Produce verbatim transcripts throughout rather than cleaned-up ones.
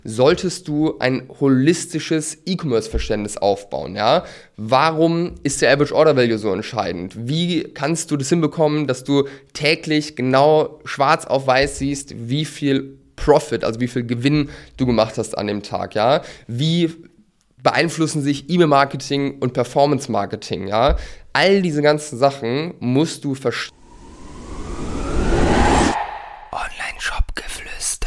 solltest du ein holistisches E-Commerce-Verständnis aufbauen, ja? Warum ist der Average Order Value so entscheidend? Wie kannst du das hinbekommen, dass du täglich genau schwarz auf weiß siehst, wie viel Profit, also wie viel Gewinn du gemacht hast an dem Tag, ja? Wie beeinflussen sich E-Mail-Marketing und Performance-Marketing, ja? All diese ganzen Sachen musst du verstehen. Online-Shop-Geflüster.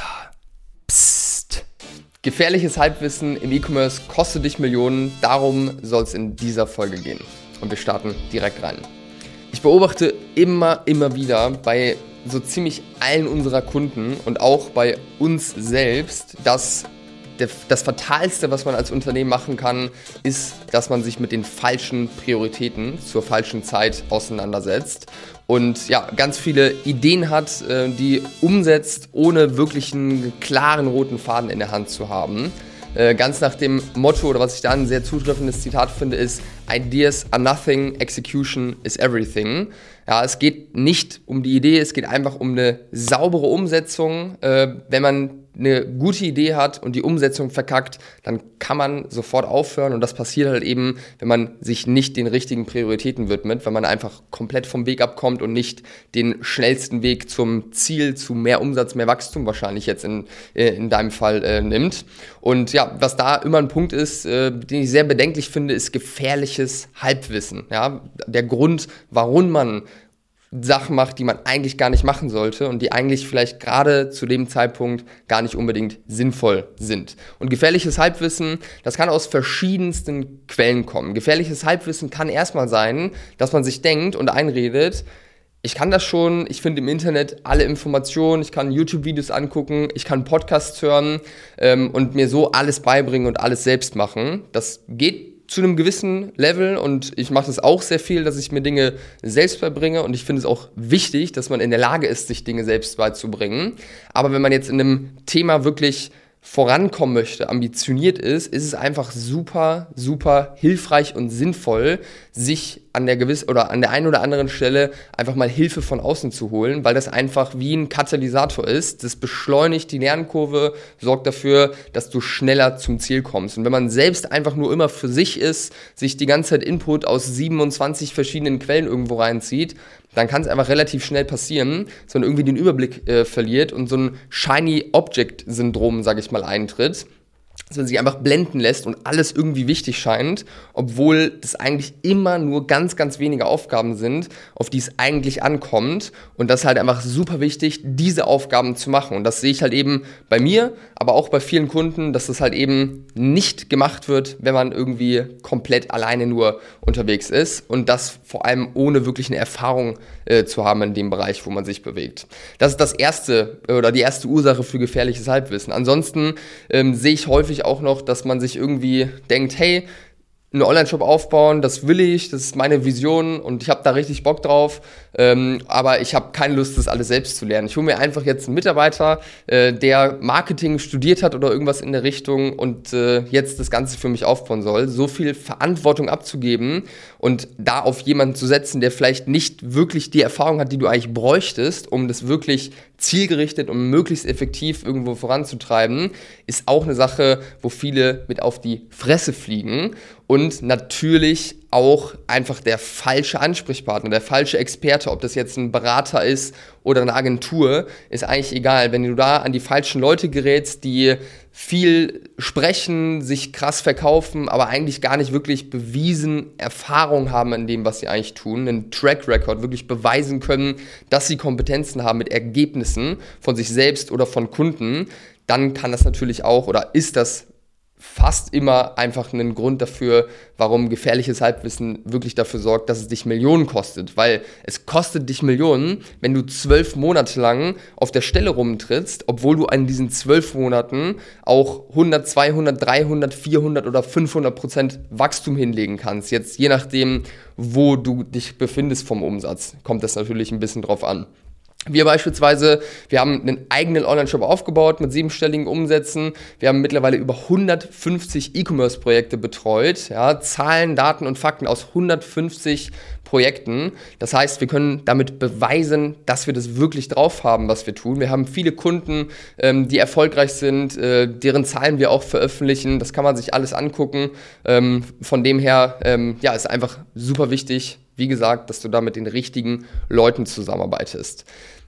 Psst. Gefährliches Halbwissen im E-Commerce kostet dich Millionen, darum soll es in dieser Folge gehen. Und wir starten direkt rein. Ich beobachte immer, immer wieder bei so ziemlich allen unserer Kunden und auch bei uns selbst, dass das Fatalste, was man als Unternehmen machen kann, ist, dass man sich mit den falschen Prioritäten zur falschen Zeit auseinandersetzt und ja, ganz viele Ideen hat, die umsetzt, ohne wirklich einen klaren roten Faden in der Hand zu haben. Ganz nach dem Motto, oder was ich da ein sehr zutreffendes Zitat finde, ist: Ideas are nothing, execution is everything. Ja, es geht nicht um die Idee, es geht einfach um eine saubere Umsetzung. Äh, wenn man eine gute Idee hat und die Umsetzung verkackt, dann kann man sofort aufhören, und das passiert halt eben, wenn man sich nicht den richtigen Prioritäten widmet, wenn man einfach komplett vom Weg abkommt und nicht den schnellsten Weg zum Ziel, zu mehr Umsatz, mehr Wachstum wahrscheinlich jetzt in, in deinem Fall äh, nimmt. Und ja, was da immer ein Punkt ist, äh, den ich sehr bedenklich finde, ist gefährliches Halbwissen. Ja? Der Grund, warum man Sachen macht, die man eigentlich gar nicht machen sollte und die eigentlich vielleicht gerade zu dem Zeitpunkt gar nicht unbedingt sinnvoll sind. Und gefährliches Halbwissen, das kann aus verschiedensten Quellen kommen. Gefährliches Halbwissen kann erstmal sein, dass man sich denkt und einredet: Ich kann das schon, ich finde im Internet alle Informationen, ich kann YouTube-Videos angucken, ich kann Podcasts hören ähm, und mir so alles beibringen und alles selbst machen. Das geht zu einem gewissen Level, und ich mache das auch sehr viel, dass ich mir Dinge selbst beibringe, und ich finde es auch wichtig, dass man in der Lage ist, sich Dinge selbst beizubringen. Aber wenn man jetzt in einem Thema wirklich vorankommen möchte, ambitioniert ist, ist es einfach super, super hilfreich und sinnvoll, sich an der gewiss oder an der einen oder anderen Stelle einfach mal Hilfe von außen zu holen, weil das einfach wie ein Katalysator ist. Das beschleunigt die Lernkurve, sorgt dafür, dass du schneller zum Ziel kommst. Und wenn man selbst einfach nur immer für sich ist, sich die ganze Zeit Input aus siebenundzwanzig verschiedenen Quellen irgendwo reinzieht, dann kann es einfach relativ schnell passieren, dass man irgendwie den Überblick äh, verliert und so ein Shiny Object Syndrom, sage ich mal, eintritt. Dass man sich einfach blenden lässt und alles irgendwie wichtig scheint, obwohl das eigentlich immer nur ganz, ganz wenige Aufgaben sind, auf die es eigentlich ankommt. Und das ist halt einfach super wichtig, diese Aufgaben zu machen. Und das sehe ich halt eben bei mir, aber auch bei vielen Kunden, dass das halt eben nicht gemacht wird, wenn man irgendwie komplett alleine nur unterwegs ist. Und das vor allem ohne wirklich eine Erfahrung äh, zu haben in dem Bereich, wo man sich bewegt. Das ist das erste oder die erste Ursache für gefährliches Halbwissen. Ansonsten ähm, sehe ich häufig auch noch, dass man sich irgendwie denkt: Hey, einen Online-Shop aufbauen, das will ich, das ist meine Vision und ich habe da richtig Bock drauf, ähm, aber ich habe keine Lust, das alles selbst zu lernen. Ich hole mir einfach jetzt einen Mitarbeiter, äh, der Marketing studiert hat oder irgendwas in der Richtung und äh, jetzt das Ganze für mich aufbauen soll. So viel Verantwortung abzugeben und da auf jemanden zu setzen, der vielleicht nicht wirklich die Erfahrung hat, die du eigentlich bräuchtest, um das wirklich zielgerichtet und möglichst effektiv irgendwo voranzutreiben, ist auch eine Sache, wo viele mit auf die Fresse fliegen. Und natürlich auch einfach der falsche Ansprechpartner, der falsche Experte, ob das jetzt ein Berater ist oder eine Agentur, ist eigentlich egal. Wenn du da an die falschen Leute gerätst, die viel sprechen, sich krass verkaufen, aber eigentlich gar nicht wirklich bewiesen Erfahrung haben in dem, was sie eigentlich tun, einen Track Record wirklich beweisen können, dass sie Kompetenzen haben mit Ergebnissen von sich selbst oder von Kunden, dann kann das natürlich auch oder ist das fast immer einfach einen Grund dafür, warum gefährliches Halbwissen wirklich dafür sorgt, dass es dich Millionen kostet. Weil es kostet dich Millionen, wenn du zwölf Monate lang auf der Stelle rumtrittst, obwohl du in diesen zwölf Monaten auch hundert, zweihundert, dreihundert, vierhundert oder fünfhundert Prozent Wachstum hinlegen kannst. Jetzt je nachdem, wo du dich befindest vom Umsatz, kommt das natürlich ein bisschen drauf an. Wir beispielsweise, wir haben einen eigenen Online-Shop aufgebaut mit siebenstelligen Umsätzen. Wir haben mittlerweile über hundertfünfzig E-Commerce-Projekte betreut. Ja, Zahlen, Daten und Fakten aus hundertfünfzig Projekten. Das heißt, wir können damit beweisen, dass wir das wirklich drauf haben, was wir tun. Wir haben viele Kunden, ähm, die erfolgreich sind, äh, deren Zahlen wir auch veröffentlichen. Das kann man sich alles angucken. Ähm, von dem her, ähm, ja, ist einfach super wichtig, wie gesagt, dass du da mit den richtigen Leuten zusammenarbeitest.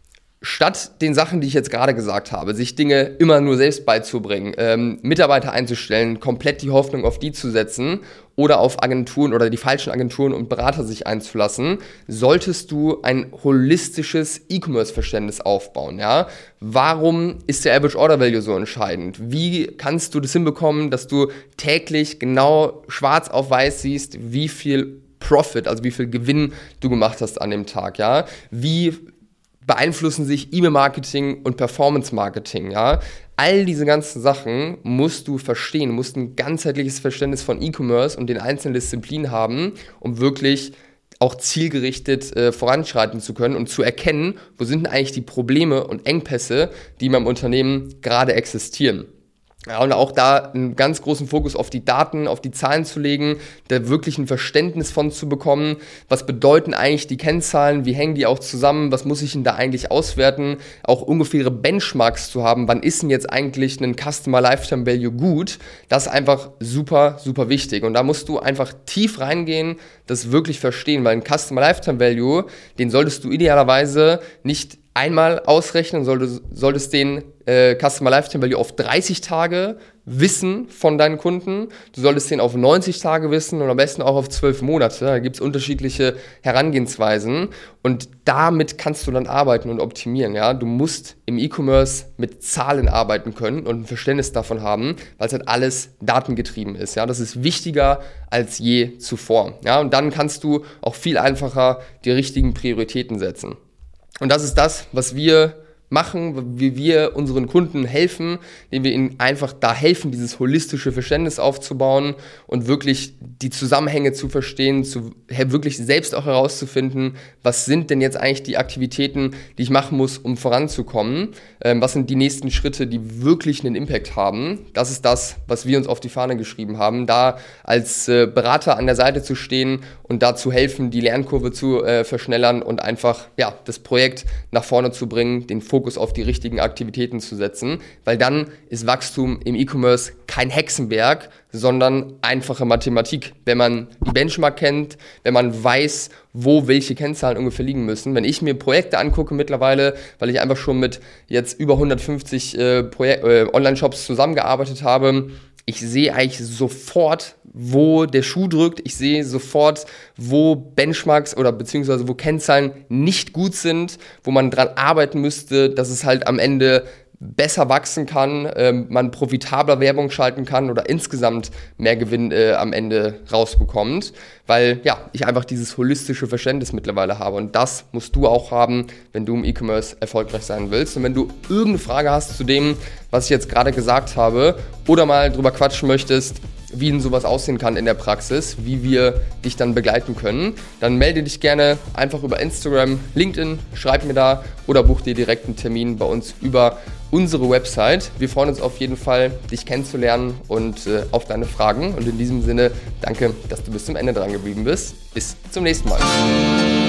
Statt den Sachen, die ich jetzt gerade gesagt habe, sich Dinge immer nur selbst beizubringen, ähm, Mitarbeiter einzustellen, komplett die Hoffnung auf die zu setzen oder auf Agenturen oder die falschen Agenturen und Berater sich einzulassen, solltest du ein holistisches E-Commerce-Verständnis aufbauen. Ja? Warum ist der Average Order Value so entscheidend? Wie kannst du das hinbekommen, dass du täglich genau schwarz auf weiß siehst, wie viel Profit, also wie viel Gewinn du gemacht hast an dem Tag? Ja? Wie beeinflussen sich E-Mail-Marketing und Performance-Marketing, ja. All diese ganzen Sachen musst du verstehen, musst ein ganzheitliches Verständnis von E-Commerce und den einzelnen Disziplinen haben, um wirklich auch zielgerichtet äh, voranschreiten zu können und zu erkennen, wo sind denn eigentlich die Probleme und Engpässe, die in meinem Unternehmen gerade existieren. Ja, und auch da einen ganz großen Fokus auf die Daten, auf die Zahlen zu legen, da wirklich ein Verständnis von zu bekommen, was bedeuten eigentlich die Kennzahlen, wie hängen die auch zusammen, was muss ich denn da eigentlich auswerten, auch ungefähre Benchmarks zu haben, wann ist denn jetzt eigentlich ein Customer Lifetime Value gut, das ist einfach super, super wichtig und da musst du einfach tief reingehen, das wirklich verstehen, weil ein Customer Lifetime Value, den solltest du idealerweise nicht einmal ausrechnen, solltest, solltest den äh, Customer Lifetime Value auf dreißig Tage wissen von deinen Kunden. Du solltest den auf neunzig Tage wissen und am besten auch auf zwölf Monate. Da gibt es unterschiedliche Herangehensweisen und damit kannst du dann arbeiten und optimieren. Ja? Du musst im E-Commerce mit Zahlen arbeiten können und ein Verständnis davon haben, weil es halt alles datengetrieben ist. Ja? Das ist wichtiger als je zuvor. Ja? Und dann kannst du auch viel einfacher die richtigen Prioritäten setzen. Und das ist das, was wir machen, wie wir unseren Kunden helfen, indem wir ihnen einfach da helfen, dieses holistische Verständnis aufzubauen und wirklich die Zusammenhänge zu verstehen, zu, wirklich selbst auch herauszufinden, was sind denn jetzt eigentlich die Aktivitäten, die ich machen muss, um voranzukommen, ähm, was sind die nächsten Schritte, die wirklich einen Impact haben. Das ist das, was wir uns auf die Fahne geschrieben haben, da als äh, Berater an der Seite zu stehen und da zu helfen, die Lernkurve zu äh, verschnellern und einfach ja das Projekt nach vorne zu bringen, den Fokus Fokus auf die richtigen Aktivitäten zu setzen, weil dann ist Wachstum im E-Commerce kein Hexenwerk, sondern einfache Mathematik. Wenn man die Benchmark kennt, wenn man weiß, wo welche Kennzahlen ungefähr liegen müssen. Wenn ich mir Projekte angucke mittlerweile, weil ich einfach schon mit jetzt über hundertfünfzig äh, Projek- äh, Online-Shops zusammengearbeitet habe, ich sehe eigentlich sofort, wo der Schuh drückt. Ich sehe sofort, wo Benchmarks oder beziehungsweise wo Kennzahlen nicht gut sind, wo man dran arbeiten müsste, dass es halt am Ende besser wachsen kann, ähm, man profitabler Werbung schalten kann oder insgesamt mehr Gewinn äh, am Ende rausbekommt, weil ja, ich einfach dieses holistische Verständnis mittlerweile habe und das musst du auch haben, wenn du im E-Commerce erfolgreich sein willst. Und wenn du irgendeine Frage hast zu dem, was ich jetzt gerade gesagt habe oder mal drüber quatschen möchtest, wie denn sowas aussehen kann in der Praxis, wie wir dich dann begleiten können, dann melde dich gerne einfach über Instagram, LinkedIn, schreib mir da oder buch dir direkt einen Termin bei uns über unsere Website. Wir freuen uns auf jeden Fall, dich kennenzulernen und äh, auf deine Fragen. Und in diesem Sinne, danke, dass du bis zum Ende dran geblieben bist. Bis zum nächsten Mal.